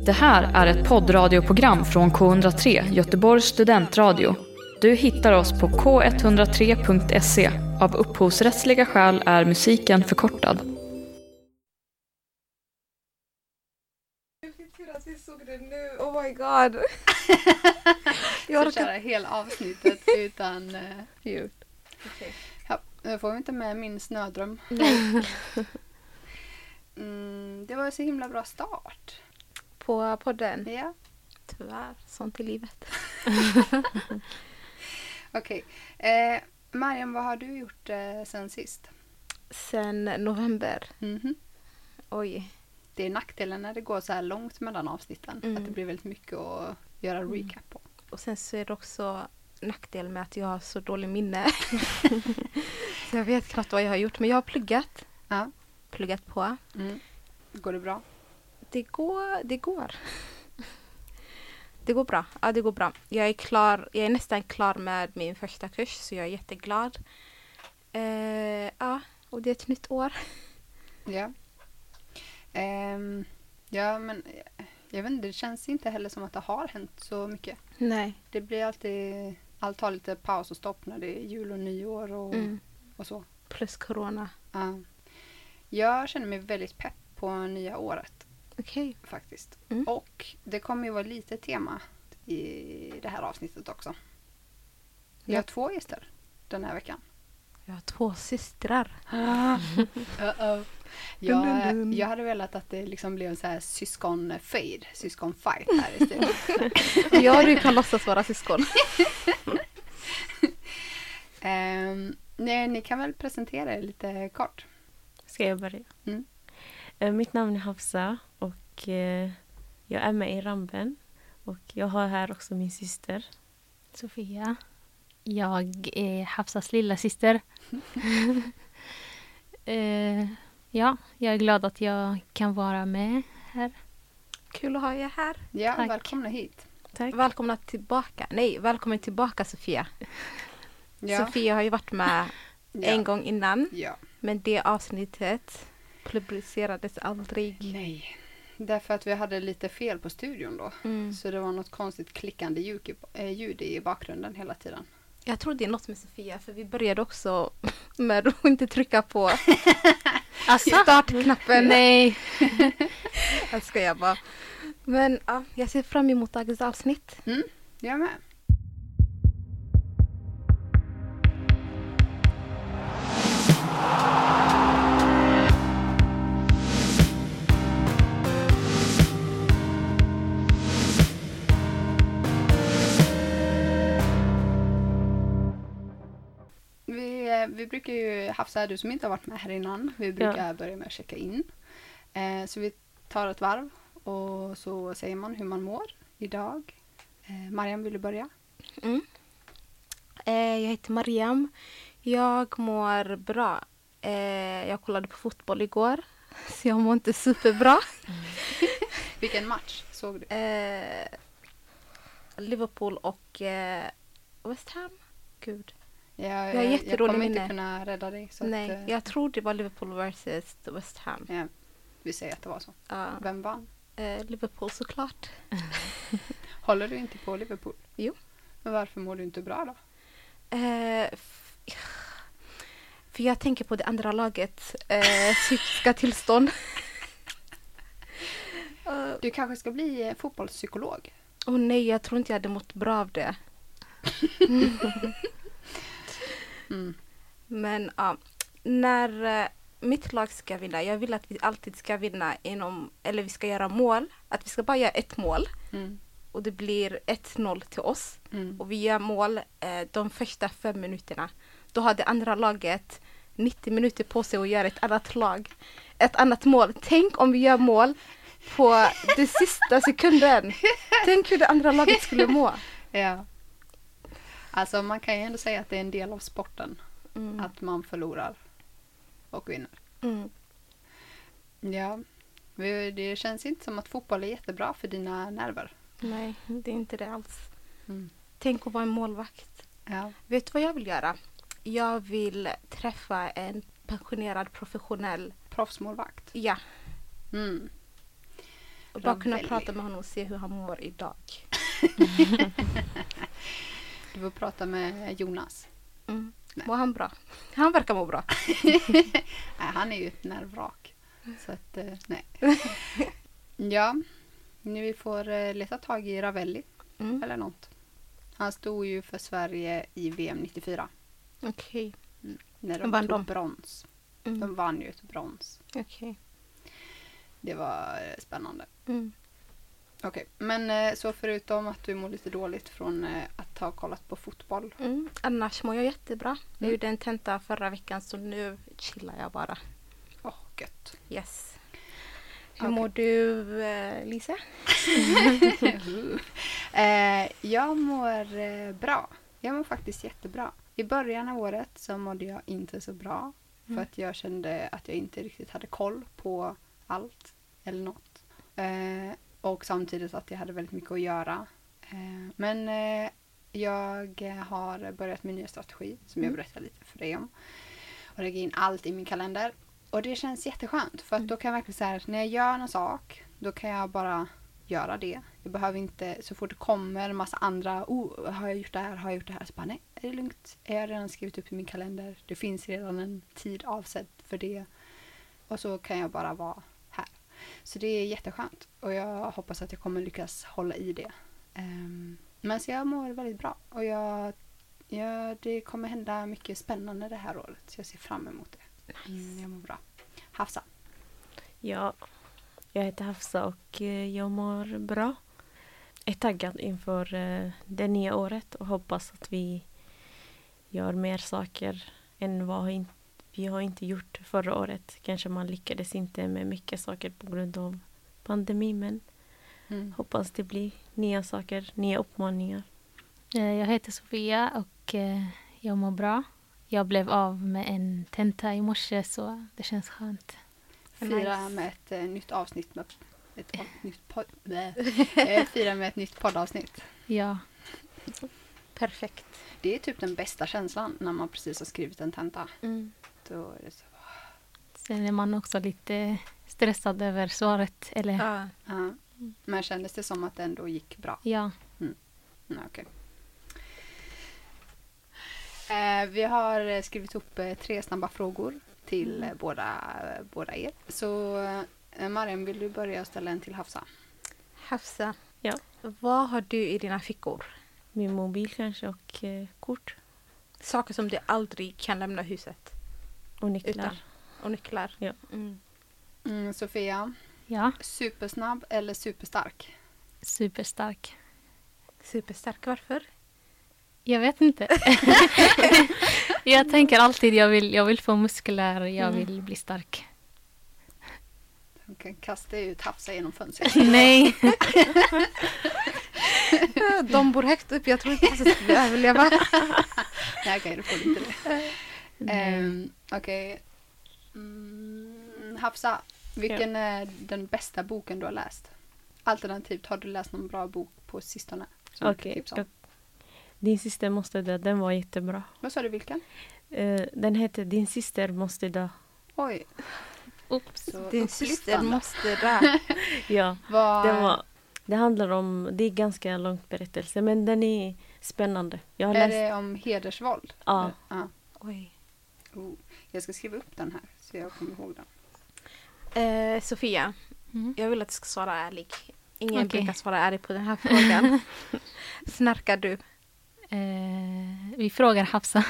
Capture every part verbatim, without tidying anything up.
Det här är ett poddradioprogram från K hundra tre, Göteborgs studentradio. Du hittar oss på k etthundratre punkt se. Av upphovsrättsliga skäl är musiken förkortad. Tur att vi såg det nu. Oh my god. Jag ska köra hela avsnittet utan uh, ljud. Okay. Ja, nu får vi inte med min snödröm. mm, det var så himla bra start. På podden? Ja. Tyvärr, sånt i livet. Okej. Okay. Eh, Mariam, vad har du gjort eh, sen sist? Sen november. Mm-hmm. Oj. Det är nackdelen när det går så här långt mellan avsnitten. Mm. Att det blir väldigt mycket att göra mm. recap på. Och sen så är det också nackdel med att jag har så dålig minne. Så jag vet knappt vad jag har gjort. Men jag har pluggat. Ja. Pluggat på. Mm. Går det bra? Det går. Det går. Det går bra. Ja, det går bra. Jag är klar. Jag är nästan klar med min första kurs. Så jag är jätteglad. Uh, ja, och det är ett nytt år. Ja. Um, ja, men jag vet inte, det känns inte heller som att det har hänt så mycket. Nej. Det blir alltid, allt har lite paus och stopp när det är jul och nyår och, mm. och så. Plus corona. Ja. Jag känner mig väldigt pepp på nya året. Okej. Okay. Faktiskt. Mm. Och det kommer ju vara lite tema i det här avsnittet också. Jag har ja. två gäster den här veckan. Jag har två systrar. Uh-oh. Jag, jag hade velat att det liksom blev en så här syskon-fade, syskon-fight här istället. Ja, du kan låtsas vara syskon. um, nej, ni kan väl presentera er lite kort. Ska jag börja? Mm. Uh, mitt namn är Hafsa och uh, jag är med i Ramben. Och jag har här också min syster. Sofia. Jag är Hafsas lilla syster. uh, ja, jag är glad att jag kan vara med här. Kul att ha er här. Ja, Tack. Välkomna hit. Tack. Välkomna tillbaka. Nej, välkommen tillbaka Sofia. Ja. Sofia har ju varit med ja. en gång innan. Ja. Men det avsnittet publicerades aldrig. Nej. Därför att vi hade lite fel på studion då. Mm. Så det var något konstigt klickande ljud, äh, ljud i bakgrunden hela tiden. Jag tror det är något med Sofia. För vi började också med att inte trycka på alltså? startknappen. Nej. Jag ska jag bara. Men ja, jag ser fram emot dagens avsnitt. Mm, jag med. Vi brukar ju, Hafsa, du som inte har varit med här innan, vi brukar ja. börja med att checka in. Eh, så vi tar ett varv och så säger man hur man mår idag. Eh, Mariam, vill du börja? Mm. Eh, jag heter Mariam. Jag mår bra. Eh, jag kollade på fotboll igår, så jag mår inte superbra. Mm. Vilken match såg du? Eh, Liverpool och eh, West Ham. Gud. Jag, jag, jag, jag kommer inte kunna rädda dig. Så Nej, att, jag tror det var Liverpool versus West Ham. Ja, vi säger att det var så. Uh, Vem vann? Uh, Liverpool såklart. Håller du inte på Liverpool? Jo. Men varför mår du inte bra då? Uh, f- för jag tänker på det andra laget. Uh, psykiska tillstånd. uh, du kanske ska bli fotbollspsykolog? Åh oh, nej, jag tror inte jag hade mått bra av det. Mm. Men ja, när uh, mitt lag ska vinna, jag vill att vi alltid ska vinna inom, eller vi ska göra mål, att vi ska bara göra ett mål mm. och det blir ett noll till oss mm. och vi gör mål uh, de första fem minuterna. Då har det andra laget nittio minuter på sig att göra ett annat lag, ett annat mål. Tänk om vi gör mål på den sista sekunden. Tänk hur det andra laget skulle må. Ja. Alltså man kan ju ändå säga att det är en del av sporten. Mm. Att man förlorar och vinner. Mm. Ja, det känns inte som att fotboll är jättebra för dina nerver. Nej, det är inte det alls. Mm. Tänk att vara en målvakt. Ja. Vet du vad jag vill göra? Jag vill träffa en pensionerad professionell proffsmålvakt. Ja. Mm. bara kunna prata med honom och se hur han mår idag. Du får prata med Jonas. Mm. Mår han bra? Han verkar må bra. Nej, han är ju ett nervvrak. Så att, eh, nej. Ja, nu vi får eh, leta tag i Ravelli. Mm. Eller något. Han stod ju för Sverige i V M nittiofyra. Okej. Mm. När Vann de tog de? brons. Mm. De vann ju ett brons. Okej. Det var eh, spännande. Mm. Okej, men eh, så förutom att du mår lite dåligt från eh, att ha kollat på fotboll. Mm. Annars mår jag jättebra. Jag Mm. gjorde en tenta förra veckan så nu chillar jag bara. Åh, gött. Yes. Hur Okej. mår du, eh, Lisa? eh, jag mår eh, bra. Jag mår faktiskt jättebra. I början av året så mådde jag inte så bra. För Mm. att jag kände att jag inte riktigt hade koll på allt eller något. Eh, och samtidigt att jag hade väldigt mycket att göra. Eh, men eh, jag har börjat min nya strategi som jag Mm. berättade lite för dig om. Och lägger in allt i min kalender. Och det känns jätteskönt. För att då kan jag verkligen säga när jag gör en sak, då kan jag bara göra det. Jag behöver inte, så fort det kommer en massa andra, oh, har jag gjort det här, har jag gjort det här? Så bara, nej, är det lugnt? Jag har redan skrivit upp i min kalender. Det finns redan en tid avsedd för det. Och så kan jag bara vara här. Så det är jätteskönt. Och jag hoppas att jag kommer lyckas hålla i det. Um, men så jag mår väldigt bra. Och jag, jag, det kommer hända mycket spännande det här året. Så jag ser fram emot det. Mm, jag mår bra. Hafsa. Ja, jag heter Hafsa och eh, jag mår bra. Jag är taggad inför eh, det nya året och hoppas att vi gör mer saker än vad in- vi har inte gjort förra året. Kanske man lyckades inte med mycket saker på grund av pandemin, men Mm. hoppas det blir nya saker, nya uppmaningar. Eh, Jag heter Sofia och eh, jag mår bra. Jag blev av med en tenta i morse så det känns skönt. Fira Nice. med ett eh, nytt avsnitt. Med ett pod- nytt pod- blä. Eh, Fira med ett nytt poddavsnitt. Ja, Perfekt. Det är typ den bästa känslan när man precis har skrivit en tenta. Mm. Då är det så. sen är man också lite stressad över svaret. Eller ja. Ja. Ja. Men kändes det som att det ändå gick bra? ja. Nej, okej. Eh, vi har eh, skrivit upp eh, tre snabba frågor till eh, båda, eh, båda er. Så eh, Mariam, vill du börja ställa en till Hafsa? Hafsa. Ja. Vad har du i dina fickor? Min mobil kanske och eh, kort Saker som du aldrig kan lämna huset. och nycklar. Utan. Och nycklar. Ja. Mm. Mm, Sofia, Ja, supersnabb eller superstark? superstark. Superstark. Varför? Jag vet inte. Jag tänker alltid jag vill, jag vill få muskler, jag Mm. vill bli stark. Hon kan kasta ut Hafsa genom fönstret. Nej. De bor högt upp. Jag tror inte att jag skulle överleva. Nej, okej, då får du inte det. Um, okej. Mm, Hafsa, vilken är den bästa boken du har läst? Alternativt, har du läst någon bra bok på sistone? som du kan Okej, tipsa om? jag- Din syster måste dö, den var jättebra. Vad sa du, vilken? Eh, den heter Din syster måste dö. Oj, Oops. så Din syster upplyftande. måste dö. Ja, Vad, den var, det handlar om, det är ganska långt berättelse, men den är spännande. Jag har är läst, det om hedersvåld? ja, Ja. Oj. Oh, jag ska skriva upp den här så jag kommer ihåg den. Eh, Sofia, Mm. jag vill att du ska svara ärlig. Ingen Okej. brukar svara ärlig på den här frågan. Snarkar du? Eh, vi frågar Hafsa.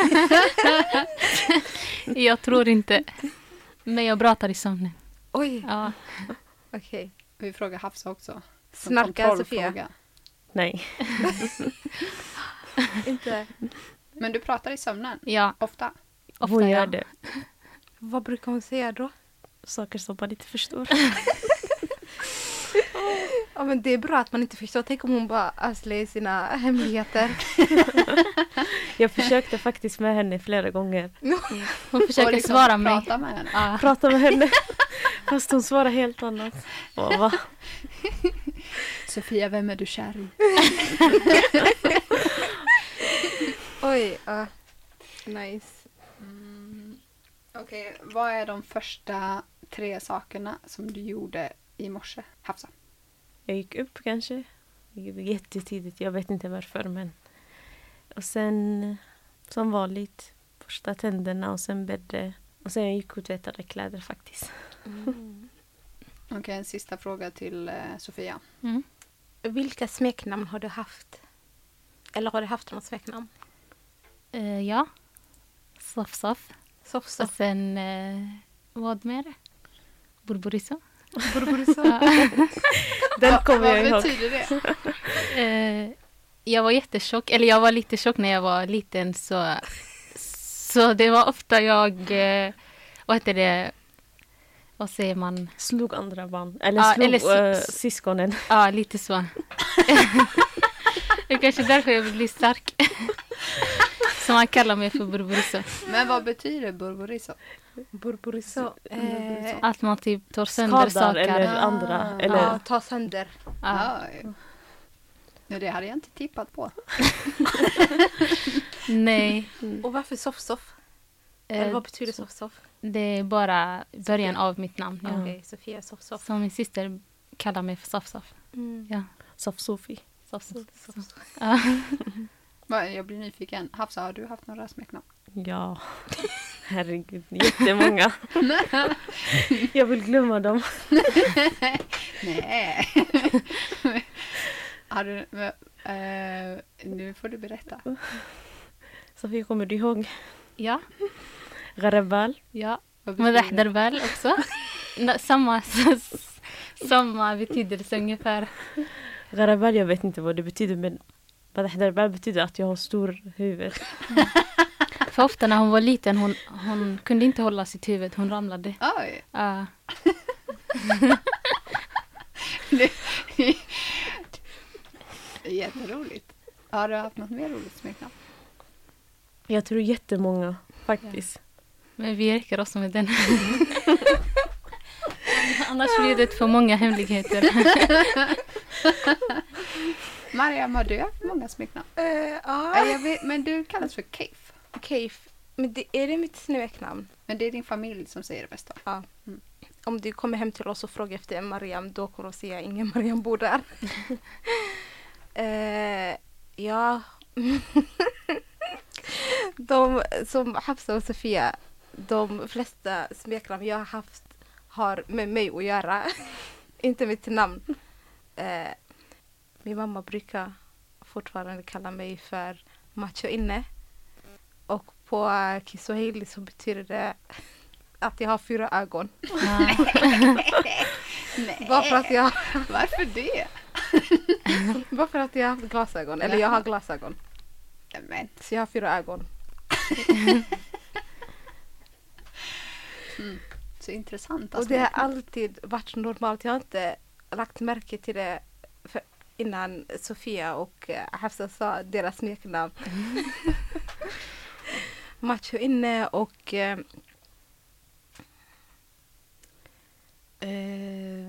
Jag tror inte. Men jag pratar i sömnen. Oj, Ja. okej. Vi frågar Hafsa också. Som Snarkar Sofia? kontrollfråga. nej. Inte. Men du pratar i sömnen? Ja, Ofta? ofta Hon gör ja. det. Vad brukar hon säga då? Saker som man inte förstår. Ja, men det är bra att man inte förstår. Tänk om hon bara avslöjar sina hemligheter. Jag försökte faktiskt med henne flera gånger. Hon Och försöker liksom svara mig. prata med henne. Ja. Prata med henne. Fast hon svarar helt annat. Åh, va? Sofia, vem är du kär i? Oj, ja. Nice. Mm. Okej, vad är de första tre sakerna som du gjorde i morse, Hafsa? jag gick upp kanske. Jättetidigt, jag vet inte varför. Men... Och sen som vanligt borsta tänderna och sen bädde. Och sen jag gick och tvättade kläder faktiskt. Mm. Okej, okay, en sista fråga till eh, Sofia. Mm. Vilka smeknamn har du haft? Eller har du haft något smeknamn? Uh, ja. Soff Soff. Soff Soff. Och sen, uh, vad mer? Burburiso. Burburiso. Den kommer jag ihåg. Vad betyder det? uh, jag var jättetjock, eller jag var lite tjock när jag var liten så, så det var ofta jag, uh, vad heter det, vad säger man? Slog andra barn. Eller ja, slog eller uh, syskonen. Ja, lite så. Det är kanske därför jag vill bli stark. Så man kallar mig för burburiso. Men vad betyder burburiso? Burburiso. Eh, att man typ tar sönder skadar saker. eller andra. Ah. Eller... Ja, ta sönder. Ja. Ja. Ja, det hade jag inte tippat på. Nej. Mm. Och varför Soff Soff? Eh, Eller vad betyder Soff Soff? Det är bara början Sofia. av mitt namn. Ja. Okej, okay, Sofia Soff Soff. Så min syster kallar mig för Soff Soff. Mm. Ja. Soff Sofi. Soff Soff. Soff Soff. Ja. Jag blir nyfiken. Hafsa, har du haft några smeknamn? Ja. Herregud, jättemånga. Jag vill glömma dem. Nej. Har du, men, uh, nu får du berätta. Sofia, kommer du ihåg? Ja. Garabal. Ja. Madah Darbal också. samma, samma betydelse ungefär. Garabal, jag vet inte vad det betyder, men Madah Darbal betyder att jag har stor huvud. För ofta när hon var liten, hon, hon kunde inte hålla sitt huvud, hon ramlade. Oj. Uh. det, det är jätteroligt. Har du haft något mer roligt smeknamn? Jag tror jättemånga, faktiskt. Ja. Men vi räcker oss med den. Annars blir det för många hemligheter. Mariam, har du haft många smeknamn? Uh, ja. Ja, jag vet, men du kallas för Keif. Keif. Men det, är det mitt smeknamn? Men det är din familj som säger det bästa. Ja. Mm. Om du kommer hem till oss och frågar efter en Mariam, då kommer du säga ingen Mariam bor där. uh, ja. De som Hafsa och Sofia, de flesta smeknamn jag har haft har med mig att göra. Inte mitt namn. Uh, min mamma brukar fortfarande kalla mig för macho inne. Och på Kiswahili så betyder det att jag har fyra ögon. Ja. Nej. Bara för att jag Varför det? bara för att jag har haft glasögon. Eller jag har glasögon. Men. Så jag har fyra ögon. Mm. Så intressant. Och det har alltid varit normalt. Jag har inte lagt märke till det för innan Sofia och Hafsa sa deras smeknamn. Macho inne och eh, eh,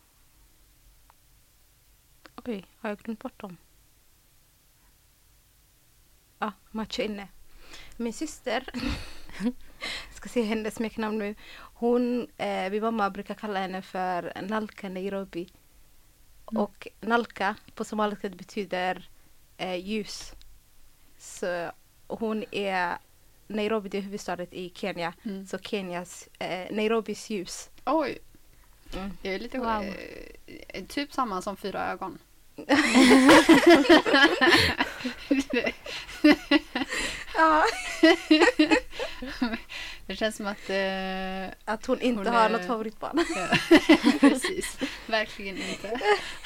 oj, har jag glömt bort dem? Ja, ah, macho inne. Min syster ska se hennes smeknamn nu. Hon, eh, min mamma brukar kalla henne för Nalka Nairobi. Mm. Och Nalka på somaliska betyder eh, ljus. Så hon är Nairobi, det är huvudstaden i Kenya. Mm. Så Kenias, eh, Nairobis ljus. Oj. Mm. Det är lite wow. eh, typ samma som fyra ögon. Ja. Det känns som att eh, att hon inte hon har är... något favoritbarn. Ja. Precis. Verkligen inte.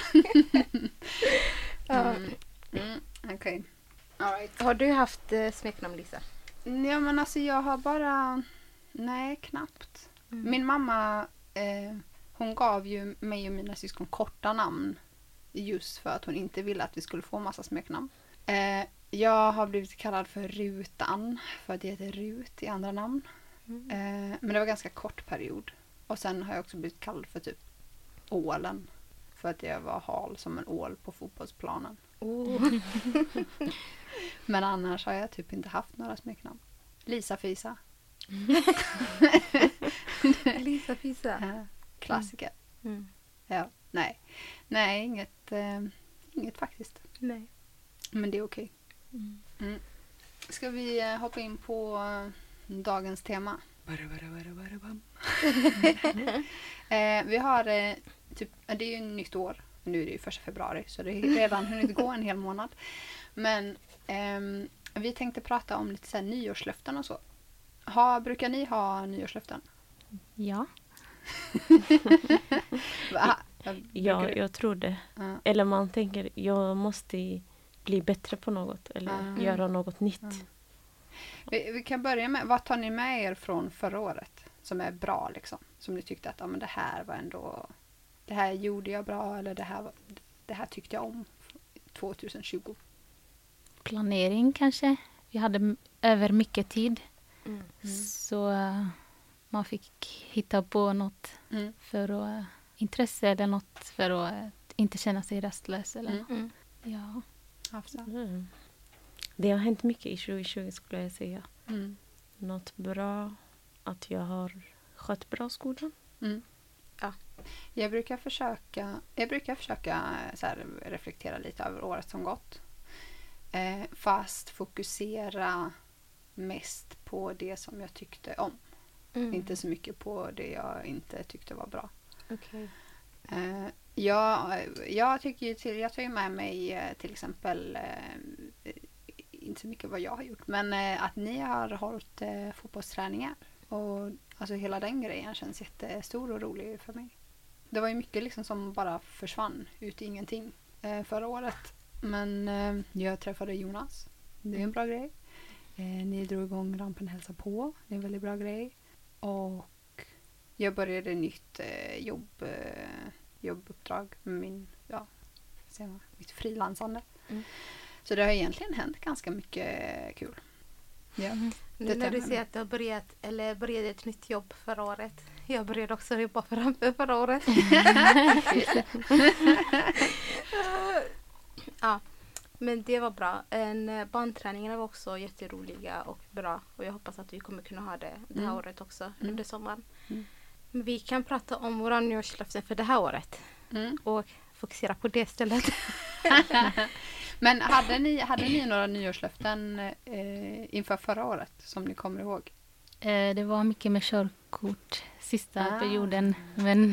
Mm. Mm. Okej. Okay. All right. Har du haft eh, smeknamn, Lisa? Ja, men alltså jag har bara... Nej, knappt. Mm. Min mamma, eh, hon gav ju mig och mina syskon korta namn. Just för att hon inte ville att vi skulle få massa smeknamn. Eh, jag har blivit kallad för Rutan. För att det heter Rut i andra namn. Mm. Eh, men det var ganska kort period. Och sen har jag också blivit kallad för typ ålen. För att jag var hal som en ål på fotbollsplanen. Oh. Men annars har jag typ inte haft några smeknamn. Lisa Fisa. Lisa Fisa. Ja, klassiker. Mm. Ja. Nej, nej inget, eh, inget faktiskt. Nej. Men det är okej. Mm. Mm. Ska vi eh, hoppa in på eh, dagens tema? eh, vi har eh, typ, det är ju en nytt år. Nu är det ju första februari så det är redan hunnit gå en hel månad. Men ehm, vi tänkte prata om lite så här nyårslöften och så. Ha, brukar ni ha nyårslöften? Ja. Va? Ja, Brukar du? jag tror det. Ja. Eller man tänker, jag måste bli bättre på något. Eller Mm. göra något nytt. Mm. Vi, vi kan börja med, vad tar ni med er från förra året? Som är bra liksom. Som ni tyckte att ja, men det här var ändå, det här gjorde jag bra eller det här, var, det här tyckte jag om tjugohundratjugo. Planering kanske. Vi hade m- över mycket tid. Mm. Så eh, man fick hitta på något Mm. för att uh, intresse eller något för att uh, inte känna sig rastlös. Eller Mm. Mm. Ja. Hafsa. Mm. Det har hänt mycket i tjugohundratjugo skulle jag säga. Mm. Något bra. Att jag har skött bra skolan. Mm. Ja. Jag brukar försöka, jag brukar försöka eh, så här, reflektera lite över året som gått. Eh, fast fokusera mest på det som jag tyckte om. Mm. Inte så mycket på det jag inte tyckte var bra. Okej. Eh, jag, jag, tycker ju till, jag tar ju med mig eh, till exempel eh, inte så mycket vad jag har gjort men eh, att ni har hållit eh, fotbollsträningar och alltså hela den grejen känns jättestor och rolig för mig. Det var ju mycket liksom som bara försvann ut i ingenting eh, förra året men eh, jag träffade Jonas. Det är en bra grej. Eh, ni drog igång Rampen hälsa på. Det är en väldigt bra grej. Och jag började nytt eh, jobb, eh, jobbuppdrag med min, ja, ser man, mitt frilansande. Mm. Så det har egentligen hänt ganska mycket kul. Ja. Nu Det när du tar- säger att du har börjat, eller började ett nytt jobb förra året. Jag började också jobba för Rampen förra året. Ja, men det var bra. En, eh, bandträningarna var också jätteroliga och bra. Och jag hoppas att vi kommer kunna ha det det här Mm. året också Mm. under sommaren. Mm. Men vi kan prata om våra nyårslöften för det här året. Mm. Och fokusera på det stället. Men hade ni, hade ni några nyårslöften eh, inför förra året som ni kommer ihåg? Eh, det var mycket med körkort sista Ah. perioden. Men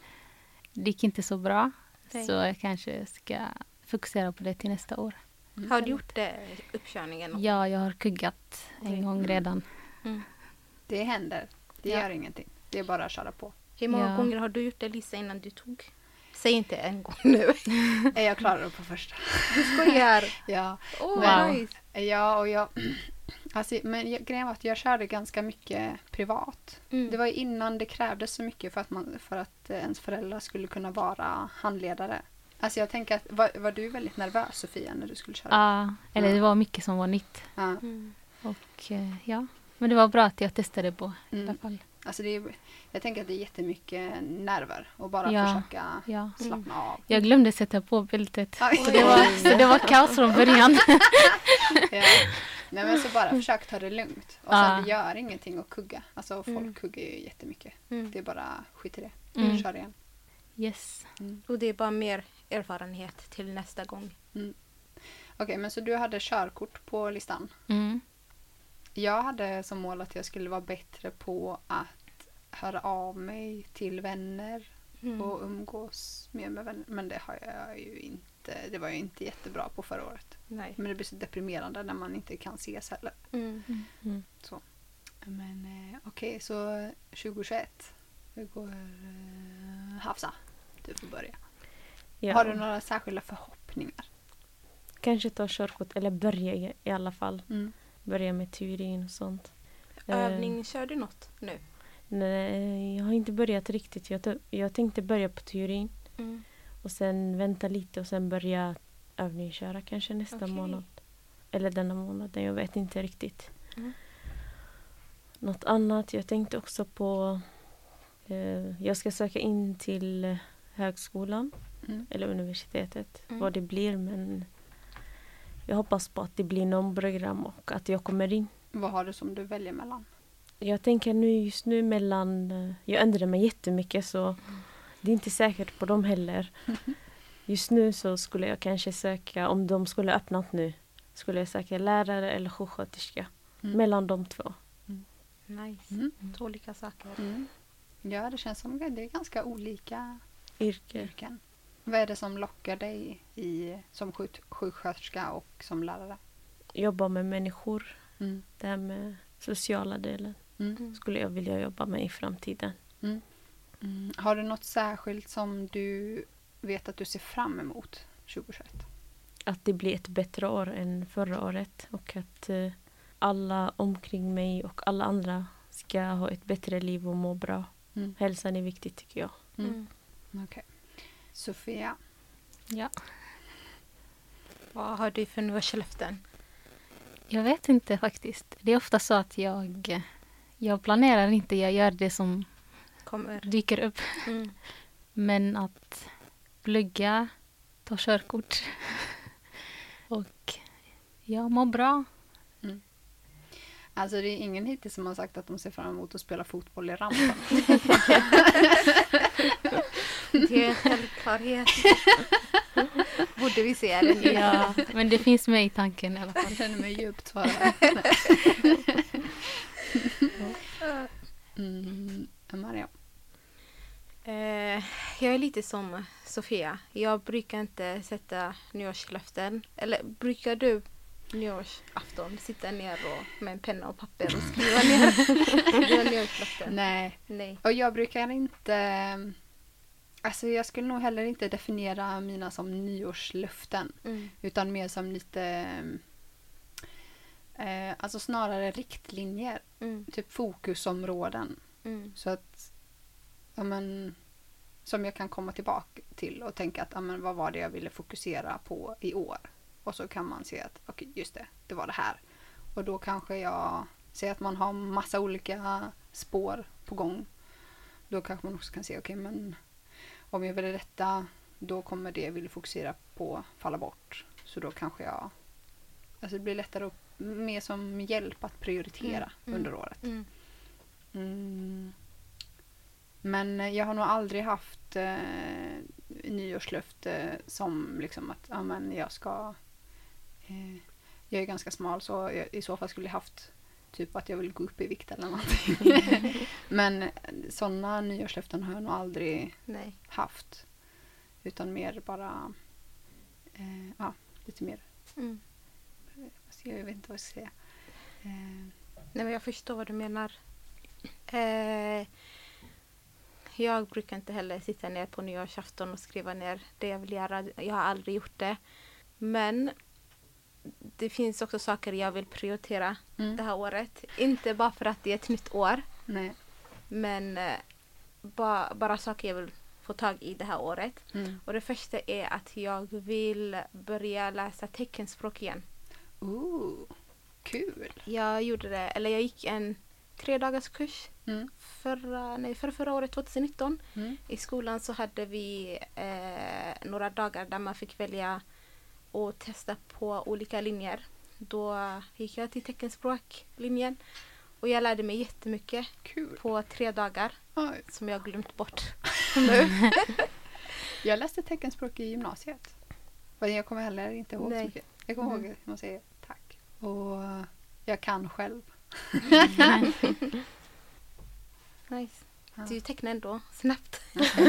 det gick inte så bra. Nej. Så jag kanske ska fokusera på det till nästa år. Mm. Har du gjort det, uppkörningen? Ja, jag har kuggat en Mm. gång redan. Mm. Det händer. Det Ja. gör ingenting. Det är bara att köra på. Hur många Ja. gånger har du gjort det, Lisa, innan du tog? Säg inte en gång nu. Är jag klar på första? Du skojar. Ja. Oh, Wow. nice. Ja, och jag... Alltså, men jag, grejen var att jag körde ganska mycket privat. Mm. Det var innan det krävdes så mycket för att, man, för att eh, ens föräldrar skulle kunna vara handledare. Alltså jag tänker att, var, var du väldigt nervös, Sofia, när du skulle köra? Ja, eller Ja. det var mycket som var nytt. Ja. Mm. Och eh, ja, men det var bra att jag testade på i alla Mm. fall. Alltså det är, jag tänker att det är jättemycket nerver och bara Ja. försöka Ja. slappna av. Jag glömde sätta på bältet. Oj. Så det var, så det var kaos från början. Ja. Nej men så bara försök ta det lugnt. Och Ja. sen det gör ingenting att kugga. Alltså folk Mm. kuggar ju jättemycket. Mm. Det är bara skit i det. Mm. Kör igen. Yes. Mm. Och det är bara mer erfarenhet till nästa gång. Okej, men så du hade körkort på listan. Mm. Jag hade som mål att jag skulle vara bättre på att höra av mig till vänner Mm. och umgås mer med vänner. Men det har jag ju inte. Det var jag inte jättebra på förra året. Nej. Men det blir så deprimerande när man inte kan ses heller. Mm. Mm. Men eh, okej, så tjugohundratjugoett. Hur går eh, Hafsa? Du får börja. Ja. Har du några särskilda förhoppningar? Kanske ta körkort eller börja i, i alla fall. Mm. Börja med teorin och sånt. Eh, Övning, kör du något nu? Nej, jag har inte börjat riktigt. Jag, t- jag tänkte börja på teorin Mm. och sen vänta lite och sen börja övningsköra kanske nästa Okej. månad. Eller denna månaden, jag vet inte riktigt. Mm. Något annat, jag tänkte också på eh, jag ska söka in till eh, högskolan Mm. eller universitetet, Mm. vad det blir, men jag hoppas på att det blir någon program och att jag kommer in. Vad har du som du väljer mellan? Jag tänker nu just nu mellan, eh, jag ändrar mig jättemycket så det är inte säkert på dem heller. Just nu så skulle jag kanske söka, om de skulle öppnat nu, skulle jag söka lärare eller sjuksköterska. Mm. Mellan de två. Mm. Nice. Mm. Två olika saker. Mm. Ja, det känns som det är ganska olika Yrke. yrken. Vad är det som lockar dig i, som sjuk, sjuksköterska och som lärare? Jobba med människor. Mm. Det här med sociala delen. Mm. Skulle jag vilja jobba med i framtiden. Mm. Mm. Har du något särskilt som du vet att du ser fram emot tjugohundratjugoett? Att det blir ett bättre år än förra året. Och att eh, alla omkring mig och alla andra ska ha ett bättre liv och må bra. Mm. Hälsan är viktigt tycker jag. Mm. Mm. Okej. Okay. Sofia? Ja. Vad har du för nyårslöften? Jag vet inte faktiskt. Det är ofta så att jag, jag planerar inte, jag gör det som Kommer. dyker upp. Mm. Men att plugga, ta körkort och jag mår bra. Alltså det är ingen hittills som har sagt att de ser fram emot att spela fotboll i rampen. Det är en självklarhet. Borde vi se det nu? Ja, men det finns med i tanken i alla fall. Jag känner mig djupt svarad. mm, Maria? Eh, jag är lite som Sofia. Jag brukar inte sätta nyårslöften. Eller brukar du nyårsafton sitta ner och, med en penna och papper och skriva ner dina nyårslöften? Nej. Nej. Och jag brukar inte... Alltså jag skulle nog heller inte definiera mina som nyårslöften. Mm. Utan mer som lite... Eh, alltså snarare riktlinjer. Mm. Typ fokusområden. Mm. Så att... Ja, men, som jag kan komma tillbaka till och tänka att ja, men, vad var det jag ville fokusera på i år? Och så kan man se att okej, just det, det var det här. Och då kanske jag ser att man har massa olika spår på gång. Då kanske man också kan se, okej, men om jag vill detta, då kommer det jag vill fokusera på falla bort. Så då kanske jag... Alltså det blir lättare och mer som hjälp att prioritera Mm. under året. Mm. Mm. Men jag har nog aldrig haft eh, nyårslöfte som liksom att ja, men jag ska... Eh, jag är ganska smal så jag, i så fall skulle jag haft typ att jag vill gå upp i vikt eller någonting. Mm. Men sådana nyårslöften har jag nog aldrig Nej. haft. Utan mer bara... Eh, ja, lite mer... Mm. Jag vet inte vad jag ska säga. Eh, Nej, men jag förstår vad du menar. Eh, jag brukar inte heller sitta ner på nyårsafton och skriva ner det jag vill göra. Jag har aldrig gjort det. Men det finns också saker jag vill prioritera mm. det här året. Inte bara för att det är ett nytt år. Nej. Men eh, ba, bara saker jag vill få tag i det här året. Mm. Och det första är att jag vill börja läsa teckenspråk igen. Ooh, kul! Jag gjorde det, eller jag gick en tre dagars kurs Mm. förra, nej, för förra året, tjugonitton. Mm. I skolan så hade vi eh, några dagar där man fick välja och testa på olika linjer. Då gick jag till teckenspråklinjen och jag lärde mig jättemycket Kul! på tre dagar Oj. som jag glömt bort nu. Jag läste teckenspråk i gymnasiet. Men jag kommer heller inte ihåg Nej. så mycket. Jag kommer Mm. ihåg att man säger tack. Och jag kan själv. Nice. Ja. Du tecknar ändå snabbt.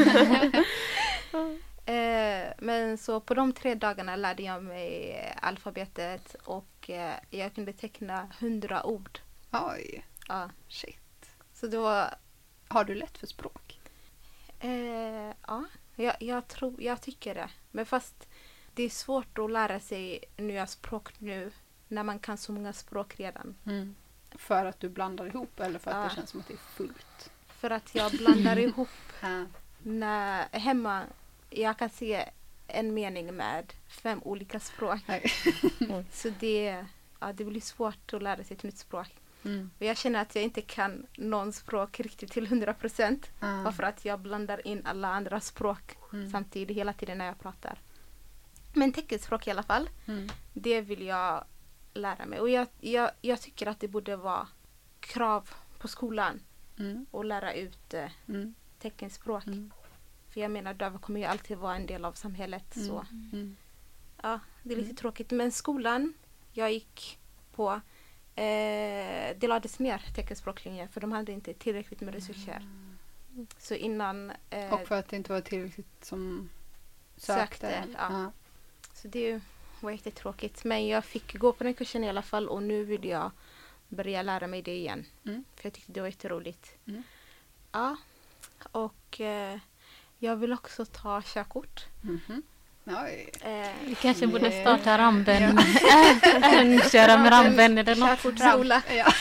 eh, men så på de tre dagarna lärde jag mig alfabetet och eh, jag kunde teckna hundra ord. Oj, Ja. shit. Så det var... Har du lätt för språk? Eh, ja, jag, jag, tror, jag tycker det. Men fast det är svårt att lära sig nya språk nu när man kan så många språk redan. Mm. För att du blandar ihop eller för att Ja. det känns som att det är fullt? För att jag blandar ihop Ja. när hemma. Jag kan se en mening med fem olika språk. Nej. Så det, ja, det blir svårt att lära sig ett nytt språk. Mm. Och jag känner att jag inte kan någon språk riktigt till hundra procent. Ja. Bara för att jag blandar in alla andra språk Mm. samtidigt hela tiden när jag pratar. Men teckenspråk i alla fall, Mm. det vill jag lära mig. Och jag, jag, jag tycker att det borde vara krav på skolan Mm. att lära ut eh, Mm. teckenspråk. Mm. För jag menar, döva kommer ju alltid vara en del av samhället. Mm. Så Mm. ja, det är lite Mm. tråkigt. Men skolan jag gick på, eh, det lades ner teckenspråklinjen för de hade inte tillräckligt med resurser. Mm. Så innan eh, Och för att det inte var tillräckligt som sökte. sökte. Ja. Ja. Så det var jättetråkigt. Men jag fick gå på den kursen i alla fall och nu vill jag börja lära mig det igen. Mm. För jag tyckte det var jätteroligt. Mm. Ja, och eh, jag vill också ta körkort. Mhm. Oj. Eh, Vi kanske borde Yeah. starta rampen. Även köra med rampen eller något. körkortsskola. Ja.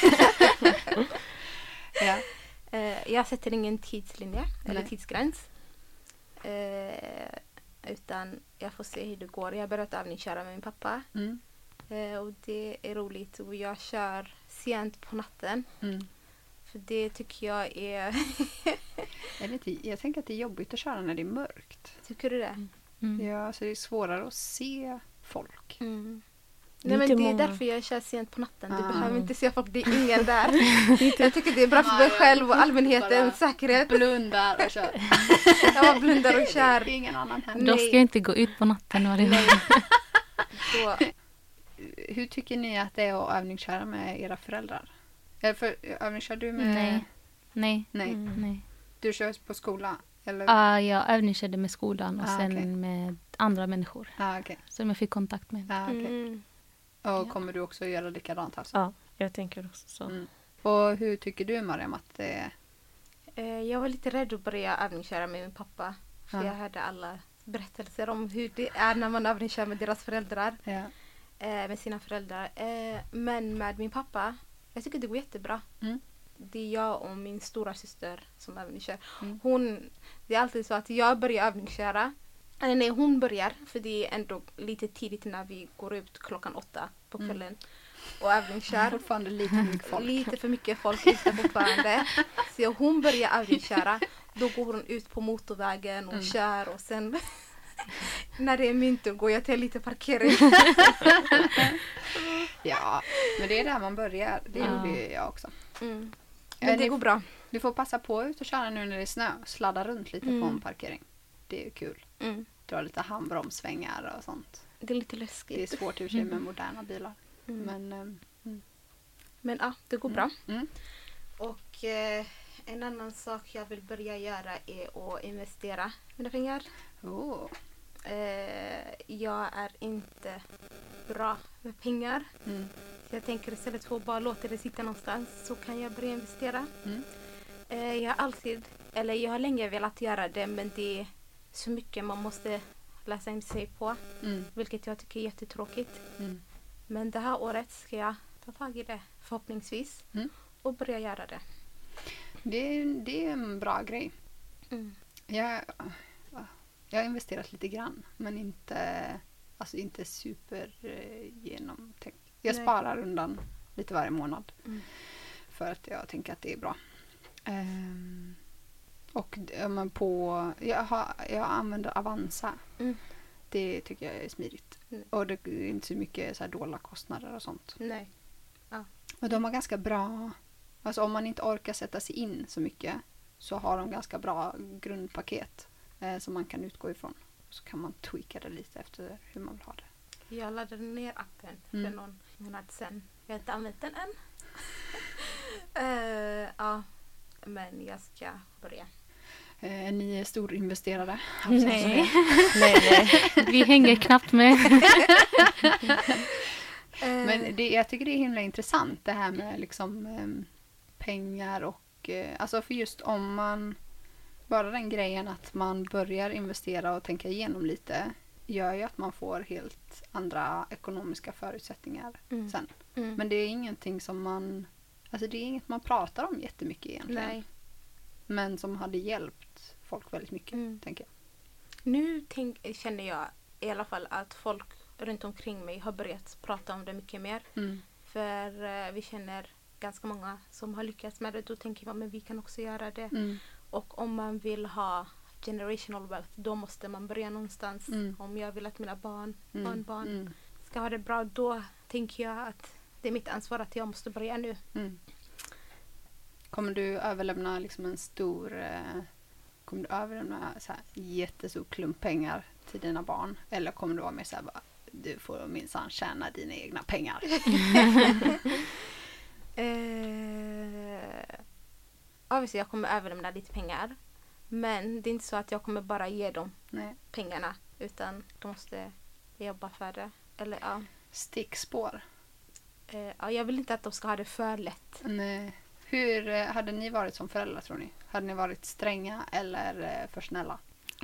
Ja. Eh, jag sätter ingen tidslinje eller Nej. tidsgräns. Eh, utan jag får se hur det går. Jag har börjat övningsköra med min pappa. Mm. Eh, och det är roligt. Och jag kör sent på natten. Mm. För det tycker jag är... Är det inte, jag tänker att det är jobbigt att köra när det är mörkt. Tycker du det? Mm. Ja, så det är svårare att se folk. Mm. Det är Nej, men inte det är många. därför jag kör sent på natten. Du Ah. behöver inte se folk. Det är ingen där. Jag tycker det är bra för mig själv och allmänhetens säkerhet. Blundar och kör. Jag bara blundar och kör. Ingen annan här. Nej. Då ska jag inte gå ut på natten. Var det. Så, Hur tycker ni att det är att övningsköra med era föräldrar? Eller för, övningskör du med... Nej. Nej. Nej. Mm. Nej. Du kör på skola? Eller? Ah, jag övningskörde med skolan och Ah, sen okej. med andra människor Ah, okej. som jag fick kontakt med. Ah, okej. mm. Och Ja. kommer du också göra likadant alltså? Ja, jag tänker också så. Mm. Och hur tycker du, Mariam, att det är? Eh, jag var lite rädd att börja övningsköra med min pappa. För Ja. jag hörde alla berättelser om hur det är när man övningskör med deras föräldrar. Ja. Eh, med sina föräldrar. Eh, men med min pappa, jag tycker det går jättebra. Mm. Det är jag och min stora syster som övningskör. Mm. Hon, det är alltid så att jag börjar övningsköra. Eller nej, hon börjar. För det är ändå lite tidigt när vi går ut klockan åtta på Mm. kvällen. Och övningskör. Fortfarande lite för mycket folk. Lite för mycket folk ute fortfarande. Så hon börjar övningsköra. Då går hon ut på motorvägen och Mm. kör. Och sen när det är min tur går jag till lite parkering. Ja, men det är där man börjar. Det Ja. gjorde ju jag också. Mm. Är Men det ni- går bra. Du får passa på ut och köra nu när det är snö. Sladda runt lite Mm. på en parkering. Det är ju kul. Mm. Dra lite handbromssvängar och sånt. Det är lite Det är läskigt. svårt i och för sig med moderna bilar. Mm. Men, Men ehm, Men ja, det går bra. mm. Och eh, en annan sak jag vill börja göra är att investera mina pengar. Oh. Eh, jag är inte bra med pengar. Mm. Så jag tänker istället för att bara låta det sitta någonstans så kan jag börja investera. Mm. Eh, jag har alltid, eller jag har länge velat göra det men det är så mycket man måste läsa in sig på. Mm. Vilket jag tycker är jättetråkigt. Mm. Men det här året ska jag ta tag i det förhoppningsvis. Mm. Och börja göra det. Det, är, det är en bra grej. Mm. Jag, jag har investerat lite grann. Men inte, alltså inte super eh, genomtänkt. Jag Nej. sparar undan lite varje månad. Mm. För att jag tänker att det är bra. Ehm, och ja, men på, jag, har, jag använder Avanza. Mm. Det tycker jag är smidigt. Mm. Och det är inte så mycket så här dolda kostnader och sånt. Nej. Och de har ganska bra, alltså om man inte orkar sätta sig in så mycket så har de ganska bra grundpaket eh, som man kan utgå ifrån. Så kan man tweaka det lite efter hur man vill ha det. Jag laddade ner appen Mm. för någon månad sedan. Jag har inte använt den än. Eh, ja, men jag ska börja. Eh, ni är storinvesterare. Nej. Nej, nej. Vi hänger knappt med. Eh, Men det, jag tycker det är himla intressant det här med liksom em, pengar och eh, alltså för just om man bara den grejen att man börjar investera och tänka igenom lite gör ju att man får helt andra ekonomiska förutsättningar mm, sen. mm. Men det är ingenting som man alltså det är inget man pratar om jättemycket egentligen. Nej. Men som hade hjälpt folk väldigt mycket, Mm. tänker jag. Nu tänk, känner jag i alla fall att folk runt omkring mig har börjat prata om det mycket mer. Mm. För eh, vi känner ganska många som har lyckats med det. Då tänker man men vi kan också göra det. Mm. Och om man vill ha generational wealth då måste man börja någonstans. Mm. Om jag vill att mina barn, Mm. barnbarn Mm. ska ha det bra då tänker jag att det är mitt ansvar att jag måste börja nu. Mm. Kommer du överlämna liksom en stor eh, Kommer du överlämna så här jättestor klump pengar till dina barn? Eller kommer du vara mer så här bara, du får minsann tjäna dina egna pengar? eh, obviously, jag kommer överlämna lite pengar. Men det är inte så att jag kommer bara ge dem Nej. pengarna. Utan de måste jobba för det. Eller ja. Stickspår. Eh, ja, jag vill inte att de ska ha det för lätt. Nej. Hur eh, hade ni varit som föräldrar, tror ni? Hade ni varit stränga eller eh, för snälla?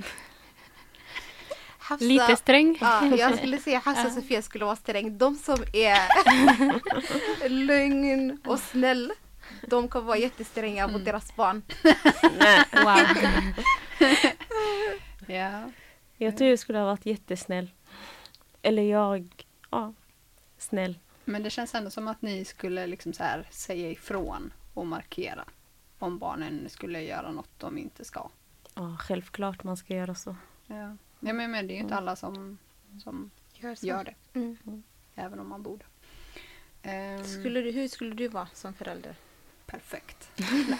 Hafsa, Lite sträng. Ja, jag skulle säga Hafsa och Sofia skulle vara sträng. De som är lugn och snäll, de kommer vara jättestränga mot Mm. deras barn. Wow. Ja. Jag tror jag skulle ha varit jättesnäll. Eller jag, ja, snäll. Men det känns ändå som att ni skulle liksom så här säga ifrån och markera om barnen skulle göra något de inte ska. Ja, självklart man ska göra så. Ja. Ja, men, men det är ju inte alla som, som Gör, så. gör det. Mm. Även om man borde. Ehm, Skulle du, hur skulle du vara som förälder? Perfekt.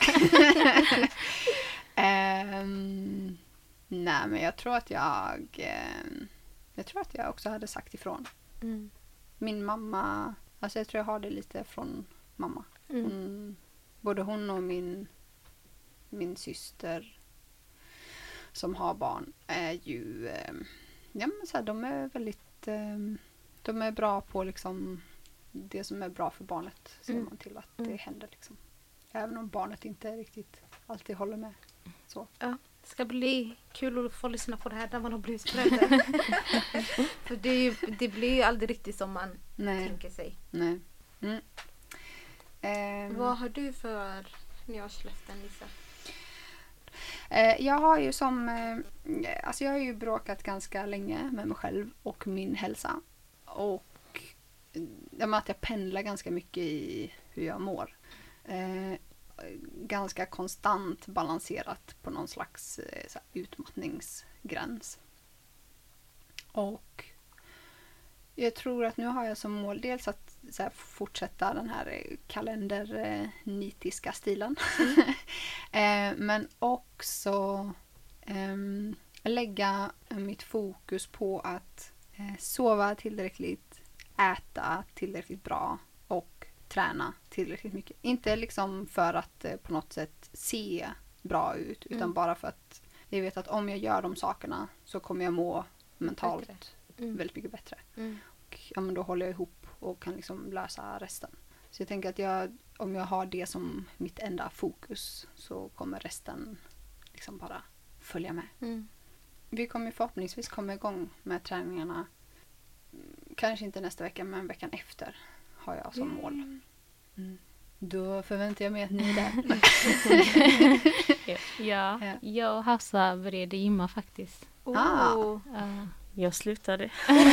Ehm, nej, men jag tror att jag... ehm, jag tror att jag också hade sagt ifrån. Mm. Min mamma... Alltså jag tror jag har det lite från mamma. Mm. Mm, både hon och min, min syster som har barn är ju... Eh, ja, men så här, de är väldigt... Eh, de är bra på liksom det som är bra för barnet. Ser Mm. man till att Mm. det händer. Liksom. Även om barnet inte riktigt alltid håller med. Så. Ja, det ska bli kul att få lyssna på det här när man har blivit förälder. För det, är ju, det blir ju aldrig riktigt som man Nej. tänker sig. Nej. Mm. Ehm, Vad har du för nyårslöften, Lisa? Eh, jag har ju som... Eh, alltså jag har ju bråkat ganska länge med mig själv och min hälsa. Och eh, jag menar att jag pendlar ganska mycket i hur jag mår. Eh, ganska konstant balanserat på någon slags eh, så här, utmattningsgräns. Och jag tror att nu har jag som mål dels att så här, fortsätta den här kalendernitiska stilen. eh, men också eh, lägga mitt fokus på att eh, sova tillräckligt, äta tillräckligt bra och träna tillräckligt mycket. Inte liksom för att eh, på något sätt se bra ut, utan Mm. bara för att jag vet att om jag gör de sakerna så kommer jag må mentalt Bättre. Mm. väldigt mycket bättre. Mm. Och, ja, men då håller jag ihop och kan liksom lösa resten. Så jag tänker att jag, om jag har det som mitt enda fokus så kommer resten liksom bara följa med. Mm. Vi kommer förhoppningsvis komma igång med träningarna. Kanske inte nästa vecka, men veckan efter har jag som mål. Mm. Då förväntar jag mig att ni är där. Ja, Ja. jag och Hafsa började gymma faktiskt. Ah. Oh. Ja. Jag slutade.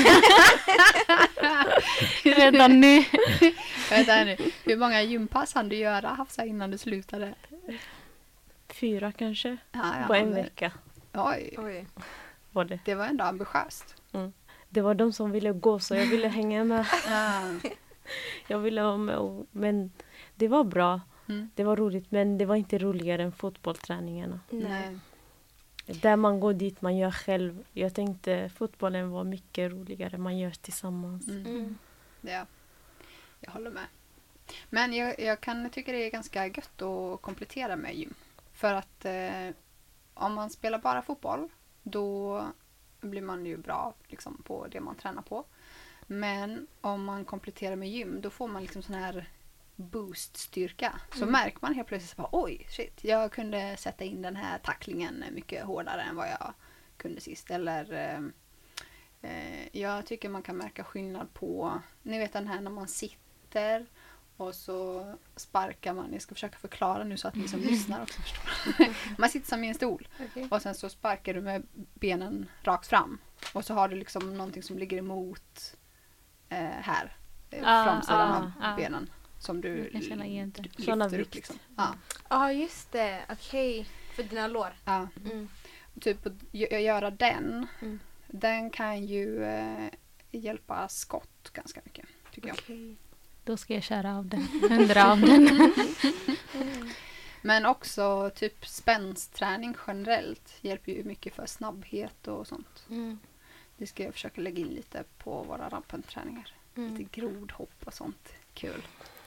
Redan nu. Vänta nu. Hur många gympass hann du göra, Hafsa, innan du slutade? Fyra kanske. Ja, ja, På en men- vecka Oj, Oj. var det. det var ändå ambitiöst. Det var de som ville gå så jag ville hänga med. Ja. Jag ville vara med och, men det var bra. Mm. Det var roligt men det var inte roligare än fotbollsträningarna. Nej. Där man går dit, man gör själv. Jag tänkte fotbollen var mycket roligare, man gör tillsammans. Mm. Mm. Ja, jag håller med. Men jag, jag kan tycka det är ganska gött att komplettera med gym. För att eh, om man spelar bara fotboll, då blir man ju bra liksom, på det man tränar på. Men om man kompletterar med gym, då får man liksom sån här booststyrka. Så Mm. märker man helt plötsligt bara, oj, shit, jag kunde sätta in den här tacklingen mycket hårdare än vad jag kunde sist. Eller eh, eh, jag tycker man kan märka skillnad på, ni vet den här när man sitter och så sparkar man, jag ska försöka förklara nu så att ni som lyssnar också förstår. Man sitter som i en stol Okej. och sen så sparkar du med benen rakt fram. Och så har du liksom någonting som ligger emot eh, här. Eh, Ah, framsidan ah, av ah. benen. Som du Jag kan känna igen det. lyfter Såna upp vikt. liksom. Ja, Ja, just det. Okej. För dina lår. ja. Mm. Typ att gö- göra den. Mm. Den kan ju eh, hjälpa skott ganska mycket, tycker jag. Okej. Då ska jag köra av den. Hundra av den. Men också typ spänstträning generellt hjälper ju mycket för snabbhet och sånt. Mm. Det ska jag försöka lägga in lite på våra rampenträningar. Mm. Lite grodhopp och sånt. Kul.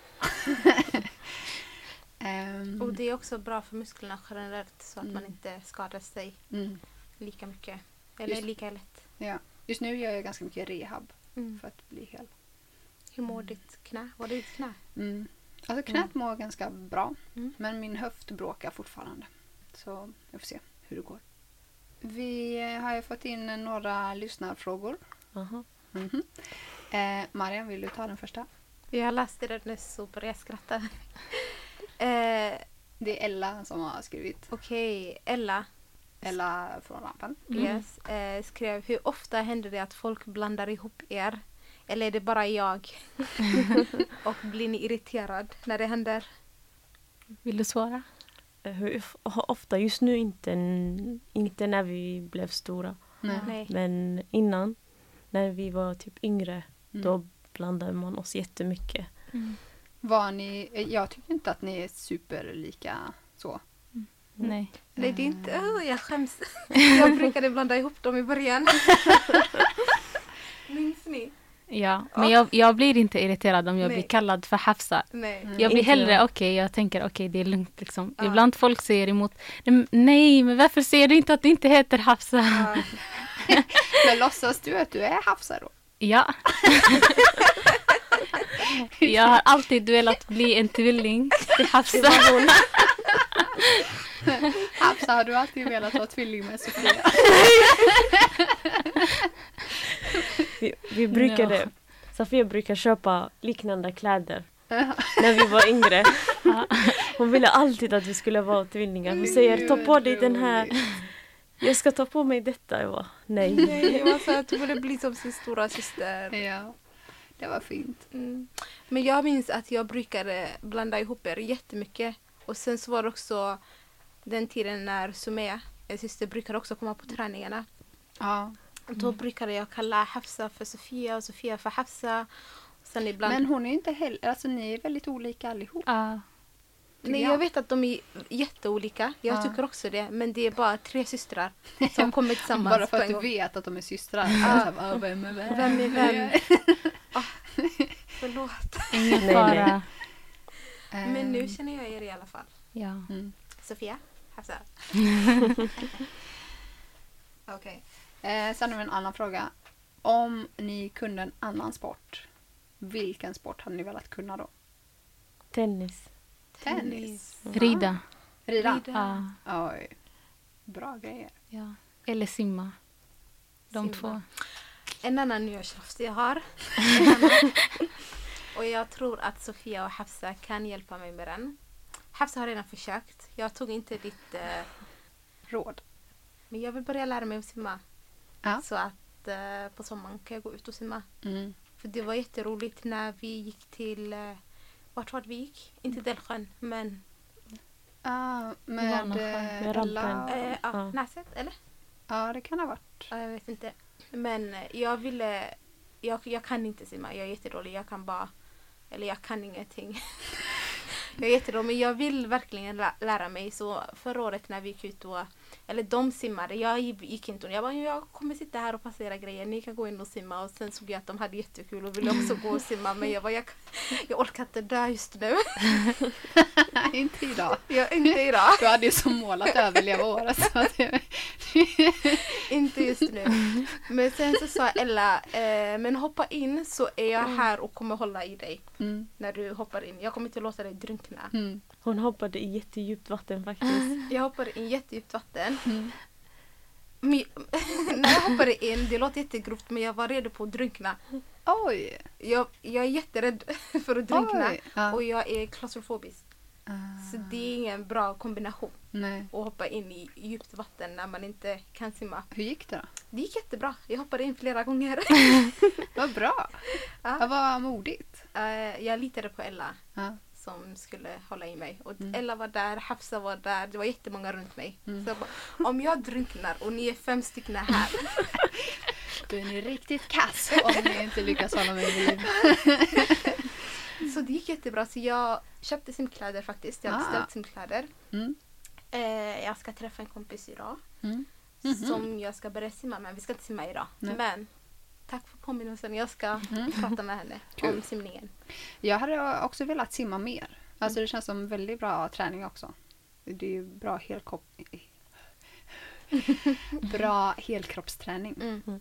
um, Och det är också bra för musklerna generellt så att Mm. man inte skadar sig mm, lika mycket. Eller Just- lika lätt. ja. Just nu gör jag ganska mycket rehab Mm. för att bli hel. Hur mår ditt knä? Var det ditt knä? Mm. Alltså knät mår ganska bra. Mm. Men min höft bråkar fortfarande. Så jag får se hur det går. Vi har ju fått in några lyssnarfrågor. Aha. Mhm. Eh, Mariam, vill du ta den första? Jag läste det nyss så började jag skratta. eh, Det är Ella som har skrivit. Okej, Ella Ella från rampen. yes, eh, skrev hur ofta händer det att folk blandar ihop er? Eller är det bara jag? Och blir ni irriterad när det händer? Vill du svara? Eh, hur of- ofta, just nu inte, n- inte när vi blev stora. Nej. Nej. Men innan, när vi var typ yngre, Mm. då blandade man oss jättemycket. Var ni, jag tycker inte att ni är superlika så. Nej. Nej, det är inte... Oh, jag skäms. Jag brukade blanda ihop dem i början. Minns ni? Ja, men jag, jag blir inte irriterad om jag Nej. blir kallad för Hafsa. Nej. Mm. Jag blir Inte hellre, jag. okej, jag tänker okej, det är lugnt liksom. Ja. Ibland folk säger emot, "Nej, nej, men varför säger du inte att du inte heter Hafsa?" Ja. Men låtsas du att du är Hafsa då? Ja. Jag har alltid velat bli en tvilling till Hafsa. Hafsa, har du alltid velat vara tvilling med Sofia? Vi, vi brukade, Sofia brukar köpa liknande kläder när vi var yngre. Hon ville alltid att vi skulle vara tvillingar. Hon säger, ta på dig den här. Jag ska ta på mig detta. Jag bara, nej. Nej, jag var så att du borde bli som sin stora syster. Ja, det var fint. Mm. Men jag minns att jag brukade blanda ihop er jättemycket. Och sen så var det också den tiden när Sumea, en syster, brukade också komma på träningarna. Ja. Och då brukade jag kalla Hafsa för Sofia och Sofia för Hafsa. Sen ibland... Men hon är inte heller, alltså ni är väldigt olika allihop. Ja. Nej, jag. jag vet att de är jätteolika. Jag Ja. tycker också det. Men det är bara tre systrar som kommer tillsammans. Bara för på att en du gång. vet att de är systrar. Så jag så här, "Ah, vem är vem? Vem är vem? Ah, förlåt. Ingen Nej, fara. Eh, Men nu känner jag er i alla fall. Ja. Mm. Sofia, Hafsa. Okej. Eh, sen har vi en annan fråga. Om ni kunde en annan sport, vilken sport hade ni velat kunna då? Tennis. Tennis. Rida. Rida? Rida. Ja. Oj. Bra grejer. Ja. Eller simma. De Simma. två. En annan nyårslöfte jag har. En annan. Och jag tror att Sofia och Hafsa kan hjälpa mig med den. Hafsa har redan försökt. Jag tog inte ditt... Eh, Råd. men jag vill börja lära mig att simma. Ja. Så att eh, på sommaren kan jag gå ut och simma. Mm. För det var jätteroligt när vi gick till... Eh, vart var det vi gick? Inte Delsjön, men... Ah, med Vanasjön. eh, Med Ella. rampen. Eh, ja, Ja. Näset, eller? Ja, det kan ha varit. Ja, jag vet inte. Men eh, jag ville... Jag, jag kan inte simma. Jag är jättedålig. Jag kan bara... Eller jag kan ingenting. Jag är jättedålig. Men jag vill verkligen lä- lära mig. Så förra året när vi gick ut och... Eller de simmade. Jag gick inte. Och jag bara, jag kommer sitta här och passera grejer. Ni kan gå in och simma. Och sen såg jag att de hade jättekul och ville också gå och simma. Men jag bara, jag, jag orkar inte dö just nu. Inte idag. Jag, inte idag. Du hade ju som mål att överleva året. Så att det... Inte just nu. Men sen så sa Ella, eh, men hoppa in så är jag här och kommer hålla i dig mm. när du hoppar in. Jag kommer inte låta dig drunkna. Mm. Hon hoppade i jättedjupt vatten faktiskt. Jag hoppade in jättedjupt vatten. Mm. Men, när jag hoppade in, det låter jättegrovt men jag var redo på att drunkna. Oj! Jag, jag är jätterädd för att drunkna Oj. Ja. och jag är klaustrofobisk. Ah, Så det är ingen bra kombination nej. att hoppa in i djupt vatten när man inte kan simma. Hur gick det då? Det gick jättebra. Jag hoppade in flera gånger. Vad bra! Ja. Ja, vad modigt. Eh, jag litade på Ella Ja. som skulle hålla i mig. Och Mm. Ella var där, Hafsa var där, det var jättemånga runt mig. Mm. Så jag bara, om jag drunknar och ni är fem stycken här. Då är ni riktigt kass om ni inte lyckas hålla mig vid liv. så det gick jättebra. Så jag köpte simkläder faktiskt. Jag har beställt Ah. simkläder. Mm. Eh, jag ska träffa en kompis idag. Mm. Mhm. Som jag ska börja simma med. Vi ska inte simma idag. Nej. Men tack för påminnelsen. Jag ska Mm. prata med henne Kul. om simningen. Jag hade också velat simma mer. Alltså det känns som väldigt bra träning också. Det är ju bra helkropp... bra helkroppsträning. Mm.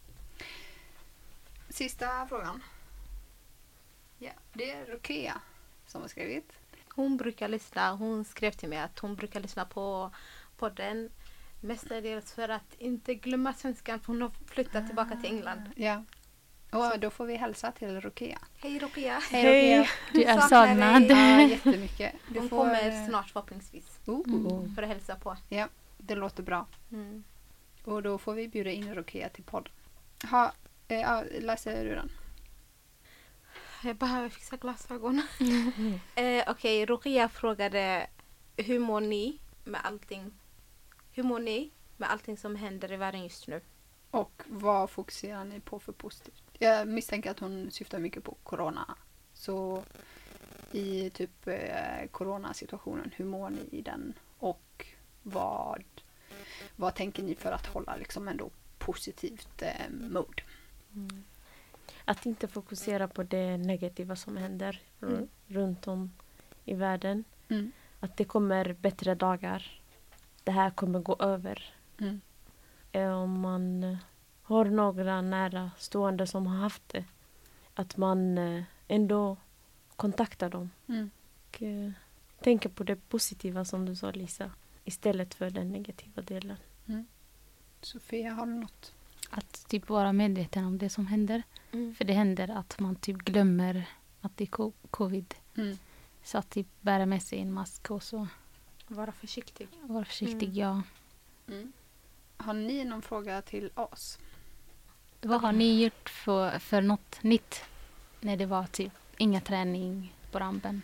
Sista frågan. Ja, det är Rokea som har skrivit. Hon brukar lyssna. Hon skrev till mig att hon brukar lyssna på podden. Mestadels för att inte glömma svenskan. För hon har flyttat tillbaka till England. Ja. Och då får vi hälsa till Rokea. Hej Rokea. Hej! Du är Saknar saknad. dig. Ja, jättemycket. Du Hon får, kommer snart förhoppningsvis. Oh, För att hälsa på. Ja, det låter bra. Mm. Och då får vi bjuda in Rokea till podden. Ha, eh, ja, läser du den? Jag behöver fixa glasögon. eh, Okej, okay, Rokea frågade hur mår ni med allting? Hur mår ni med allting som händer i världen just nu? Och vad fokuserar ni på för positivt? Jag misstänker att hon syftar mycket på corona. Så i typ eh, coronasituationen, hur mår ni i den? Och vad, vad tänker ni för att hålla liksom ändå positivt eh, mod? Mm. Att inte fokusera på det negativa som händer r- Mm. runt om i världen. Mm. Att det kommer bättre dagar. Det här kommer gå över. Mm. Eh, Om man eh, har några nära stående som har haft det. Att man eh, ändå kontaktar dem. Mm. Och eh, tänker på det positiva som du sa, Lisa. Istället för den negativa delen. Sofia, har du något? Att typ vara medveten om det som händer. Mm. För det händer att man typ glömmer att det är co- covid. Mm. Så att typ bära med sig en mask och så Vara försiktig. vara försiktig. Mm. Ja. Mm. Har ni någon fråga till oss? Vad har ni gjort för, för något nytt när det var typ inga träning på rampen?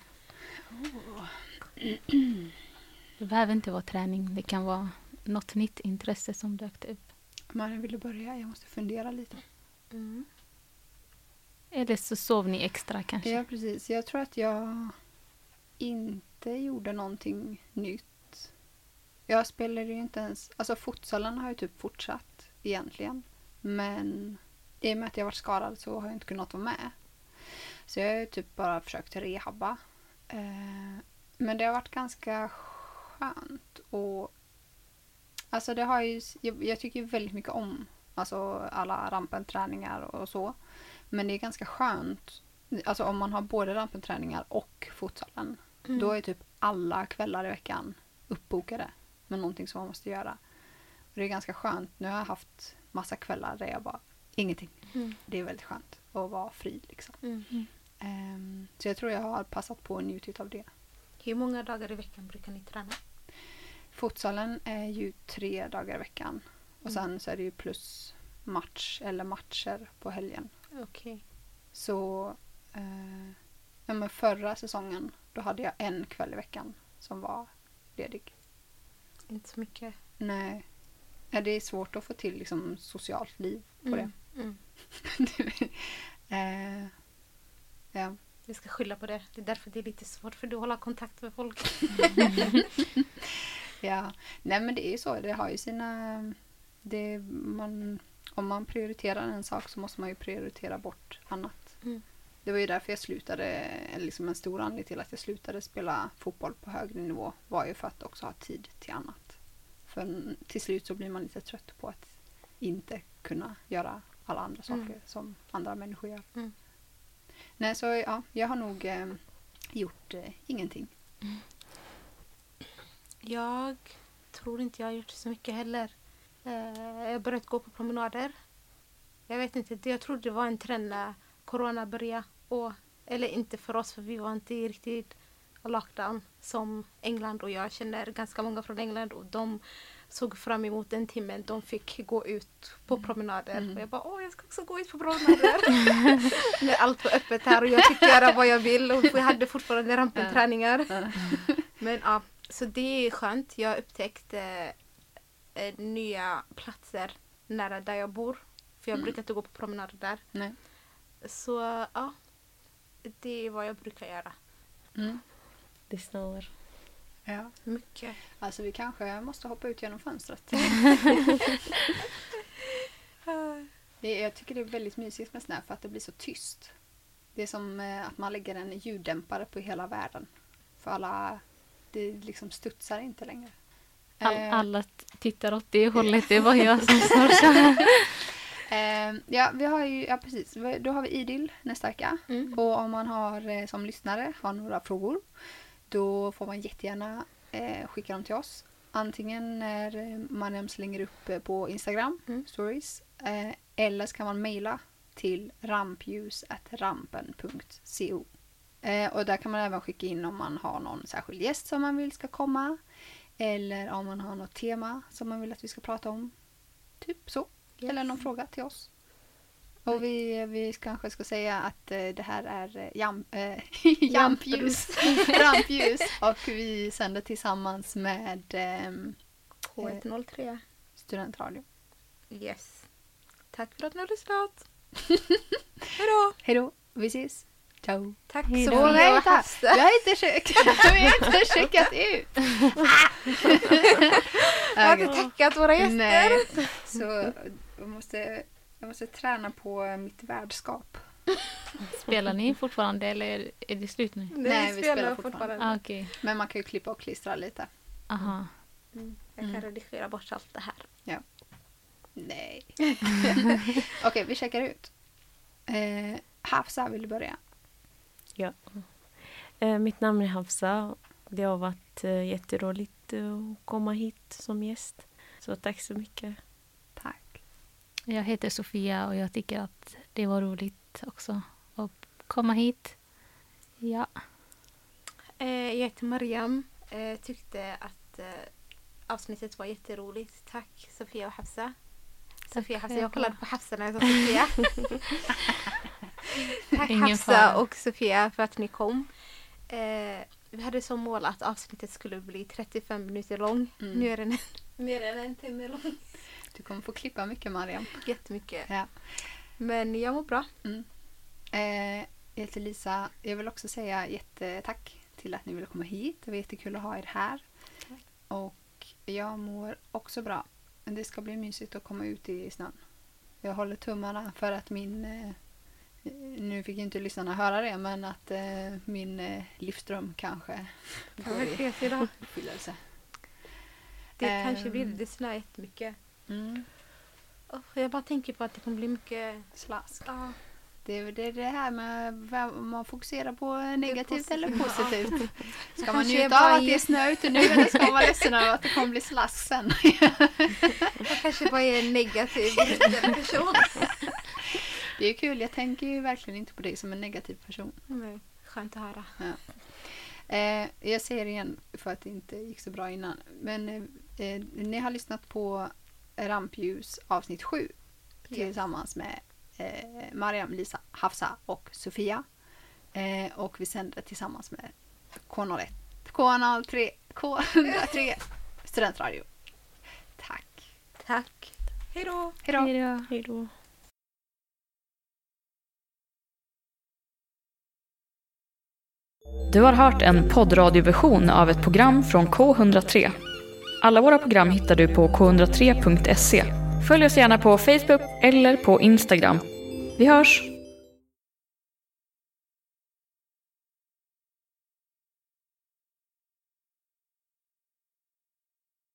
Det behöver inte vara träning. Det kan vara något nytt intresse som dök upp. Man vill börja, jag måste fundera lite. Mm. Eller så sov ni extra kanske. Ja, precis. Jag tror att jag inte gjorde någonting nytt. Jag spelade ju inte ens... Alltså futsalen har ju typ fortsatt egentligen. Men i och med att jag varit skadad så har jag inte kunnat vara med. Så jag har ju typ bara försökt rehabba. Eh, men det har varit ganska skönt. Och alltså det har ju... Jag, jag tycker ju väldigt mycket om alltså alla rampenträningar och så. Men det är ganska skönt. Alltså om man har både rampenträningar och futsalen. Mm. Då är typ alla kvällar i veckan uppbokade med någonting som man måste göra. Och det är ganska skönt. Nu har jag haft massa kvällar där jag bara, ingenting. Mm. Det är väldigt skönt att vara fri liksom. Mm. Ehm, så jag tror jag har passat på och njutit av det. Hur många dagar i veckan brukar ni träna? Futsalen är ju tre dagar i veckan. Och Mm. sen så är det ju plus match eller matcher på helgen. Okej. Så eh, ja, men förra säsongen då hade jag en kväll i veckan som var ledig. Inte så mycket. Nej. Ja, det är svårt att få till liksom, socialt liv på Mm. Mm. det. eh, ja. Vi ska skylla på det. Det är därför det är lite svårt för du håller kontakt med folk. ja. Nej men det är ju så. Det har ju sina... Det, man, om man prioriterar en sak så måste man ju prioritera bort annat. Mm. Det var ju därför jag slutade, liksom en stor anledning till att jag slutade spela fotboll på högre nivå var ju för att också ha tid till annat. För till slut så blir man lite trött på att inte kunna göra alla andra saker Mm. som andra människor gör. Mm. Nej, så ja, jag har nog eh, gjort eh, ingenting. Jag tror inte jag har gjort så mycket heller. Eh, jag har börjat gå på promenader. Jag vet inte, jag trodde det var en trend när corona började. Och, eller inte för oss, för vi var inte i riktigt lockdown som England. Och jag känner ganska många från England och de såg fram emot den timmen de fick gå ut på promenader. Mm. Och jag bara, åh jag ska också gå ut på promenader. När allt var öppet här och jag fick göra vad jag vill. Och vi hade fortfarande rampenträningar. Men ja, så det är skönt. Jag har upptäckt eh, eh, nya platser nära där jag bor. För jag Mm. brukar inte gå på promenader där. Nej. Så ja, det är vad jag brukar göra. Mm. Det snöar. Ja. Mycket. Alltså vi kanske måste hoppa ut genom fönstret. det, jag tycker det är väldigt mysigt med snö för att det blir så tyst. Det är som eh, att man lägger en ljuddämpare på hela världen. För alla, det liksom studsar inte längre. All, Eh, alla tittar åt det hållet, det var jag som står så här. Eh, ja, vi har ju, ja precis. Då har vi Idil nästa vecka. Mm. Och om man har eh, som lyssnare har några frågor, då får man jättegärna eh, skicka dem till oss. Antingen när eh, Mariam slänger upp eh, på Instagram Mm. stories, eh, eller så kan man mejla till rampljus at rampen punkt co. Eh, och där kan man även skicka in om man har någon särskild gäst som man vill ska komma, eller om man har något tema som man vill att vi ska prata om. Typ så. Yes. Eller någon fråga till oss. Och vi, vi kanske ska säga att eh, det här är eh, jam, eh, jampljus. Rampljus. Och vi sänder tillsammans med eh, K ett noll tre. Studentradio. Yes. Tack för att ni har lyssnat. Hejdå. Hej då. Vi ses. Ciao. Tack Hej så då. mycket. Och vänta, Hasse. jag har inte checkat, jag har inte checkat ut. Jag har inte Okej. tackat våra gäster. Nej, så jag måste, jag måste träna på mitt värdskap. Spelar ni fortfarande eller är det slut nu? Nej, vi spelar fortfarande. Ah, okej. Men man kan ju klippa och klistra lite. Aha. Mm. Jag kan Mm. redigera bort allt det här. Nej. Okej, vi checkar ut. Eh, Hafsa, vill du börja? Ja. Eh, mitt namn är Hafsa. Det har varit eh, jätteroligt eh, att komma hit som gäst. Så tack så mycket. Tack. Jag heter Sofia och jag tycker att det var roligt också att komma hit. Ja. Eh, jag heter Mariam. Eh, tyckte att eh, avsnittet var jätteroligt. Tack Sofia och Hafsa. Sofia Hafsa. Jag kollade på Hafsa när jag sa Sofia. Tack Ingen Hafsa fara. och Sofia för att ni kom. Eh, vi hade som mål att avsnittet skulle bli trettiofem minuter lång. Mm. Nu är den mer än en timme lång. Du kommer få klippa mycket, Mariam. Jättemycket. Ja. Men jag mår bra. Mm. Eh, jag heter Lisa. Jag vill också säga jättetack till att ni ville komma hit. Det var jättekul att ha er här. Tack. Och jag mår också bra. Men det ska bli mysigt att komma ut i snön. Jag håller tummarna för att min... Eh, nu fick inte lyssnarna höra det, men att eh, min eh, livsdröm kanske Kan vi ses idag? uppfyllelse. Det Ehm. kanske blir det. Det snöar jättemycket. Mm. Oh, jag bara tänker på att det kommer bli mycket... Slask. Ja. Det är det, är det här med vad- om man fokuserar på negativt positivt. eller positivt. Ska man Kanske njuta bara av att ge- det är snö ute nu eller ska man vara ledsen över att det kommer bli slask sen? Jag kanske bara är en negativ person. Det är kul, jag tänker ju verkligen inte på dig som en negativ person. Nej, skönt att höra. Eh, jag säger igen för att det inte gick så bra innan. Men eh, eh, ni har lyssnat på Rampljus avsnitt sju tillsammans med eh, Mariam, Lisa, Hafsa och Sofia. Eh, och vi sänder tillsammans med K noll ett, K noll tre, K ett noll tre Studentradio. Tack. Tack. Hej då. Hej då. Hej då. Hej då. Du har hört en poddradioversion av ett program från K ett noll tre. Alla våra program hittar du på k ett noll tre punkt se. Följ oss gärna på Facebook eller på Instagram. Vi hörs!